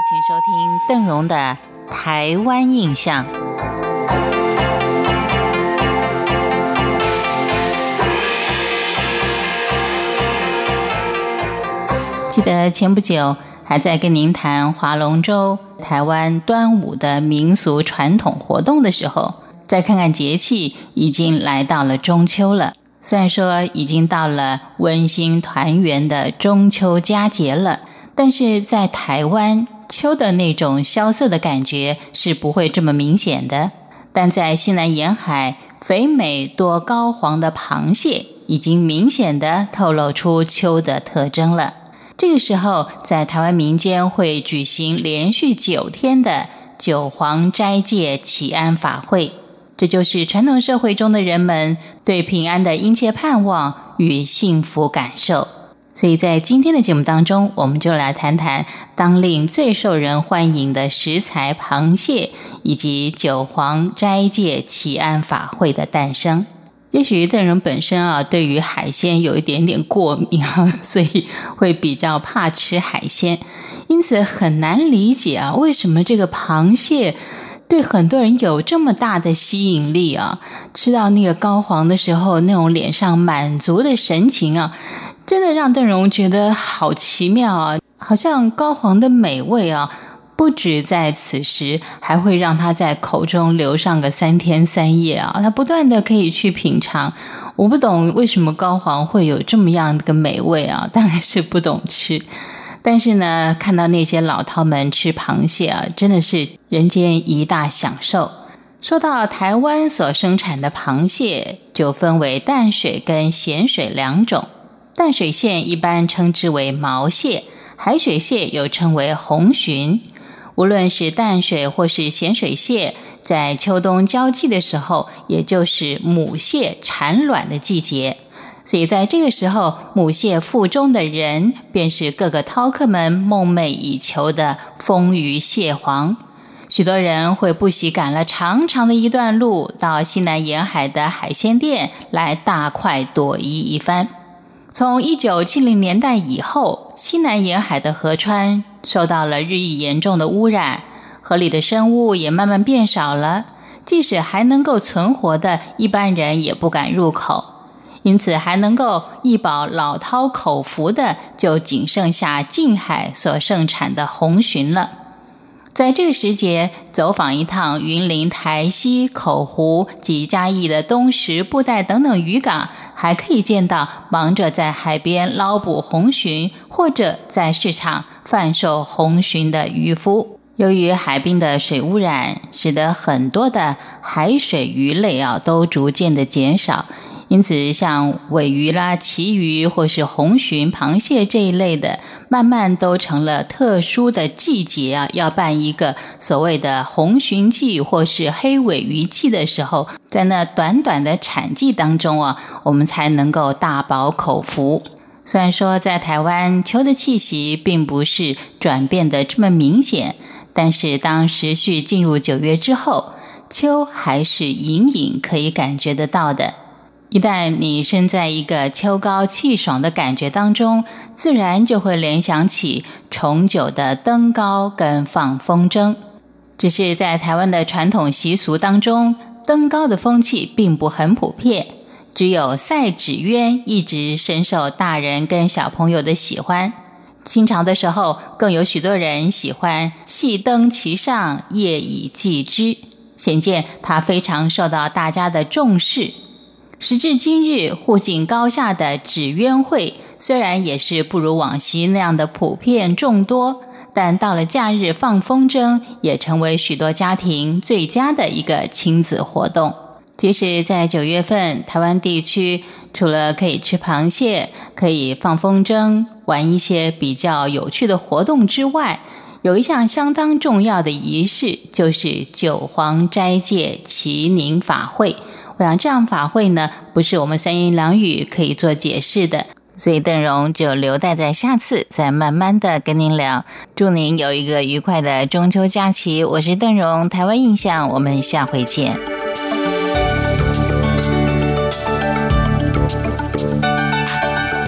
请收听邓荣的台湾印象。记得前不久还在跟您谈划龙舟、台湾端午的民俗传统活动的时候，再看看节气，已经来到了中秋了。虽然说已经到了温馨团圆的中秋佳节了，但是在台湾，秋的那种萧瑟的感觉是不会这么明显的。但在西南沿海，肥美多膏黄的螃蟹已经明显的透露出秋的特征了。这个时候，在台湾民间会举行连续9天的九皇斋戒祈安法会，这就是传统社会中的人们对平安的殷切盼望与幸福感受。所以在今天的节目当中，我们就来谈谈当令最受人欢迎的食材螃蟹，以及九皇斋戒祈安法会的诞生。也许邓荣本身对于海鲜有一点点过敏所以会比较怕吃海鲜，因此很难理解为什么这个螃蟹对很多人有这么大的吸引力吃到那个膏黄的时候，那种脸上满足的神情真的让邓荣觉得好奇妙好像膏黄的美味不止在此时，还会让他在口中留上个3天3夜他不断的可以去品尝。我不懂为什么膏黄会有这么样的美味当然是不懂吃。但是呢，看到那些老饕们吃螃蟹真的是人间一大享受。说到台湾所生产的螃蟹，就分为淡水跟咸水2种。淡水蟹一般称之为毛蟹，海水蟹又称为红鲟。无论是淡水或是咸水蟹，在秋冬交际的时候，也就是母蟹产卵的季节，所以在这个时候，母蟹腹中的人便是各个饕客们梦寐以求的丰腴蟹黄。许多人会不惜赶了长长的一段路，到西南沿海的海鲜店来大快朵颐一番。从1970年代以后，西南沿海的河川受到了日益严重的污染，河里的生物也慢慢变少了，即使还能够存活的一般人也不敢入口，因此还能够一饱老饕口福的就仅剩下近海所盛产的红鲟了。在这个时节，走访一趟云林台西、口湖及嘉义的东石、布袋等等渔港，还可以见到忙着在海边捞捕红鲟，或者在市场贩售红鲟的渔夫。由于海滨的水污染，使得很多的海水鱼类都逐渐的减少，因此像尾鱼啦、旗鱼或是红鲟、螃蟹这一类的，慢慢都成了特殊的季节要办一个所谓的红鲟季或是黑尾鱼季的时候，在那短短的产季当中我们才能够大饱口福。虽然说在台湾秋的气息并不是转变的这么明显，但是当时序进入9月之后，秋还是隐隐可以感觉得到的。一旦你身在一个秋高气爽的感觉当中，自然就会联想起重九的登高跟放风筝。只是在台湾的传统习俗当中，登高的风气并不很普遍，只有赛纸鸢一直深受大人跟小朋友的喜欢。清朝的时候，更有许多人喜欢细登其上，夜以继之，显见它非常受到大家的重视。时至今日，户近高下的纸鸢会虽然也是不如往昔那样的普遍众多，但到了假日放风筝也成为许多家庭最佳的一个亲子活动。即使在9月份，台湾地区除了可以吃螃蟹、可以放风筝、玩一些比较有趣的活动之外，有一项相当重要的仪式，就是九皇斋戒祈宁法会。我想这样法会呢，不是我们3言2语可以做解释的，所以邓荣就留待在下次再慢慢的跟您聊。祝您有一个愉快的中秋假期，我是邓荣，台湾印象，我们下回见。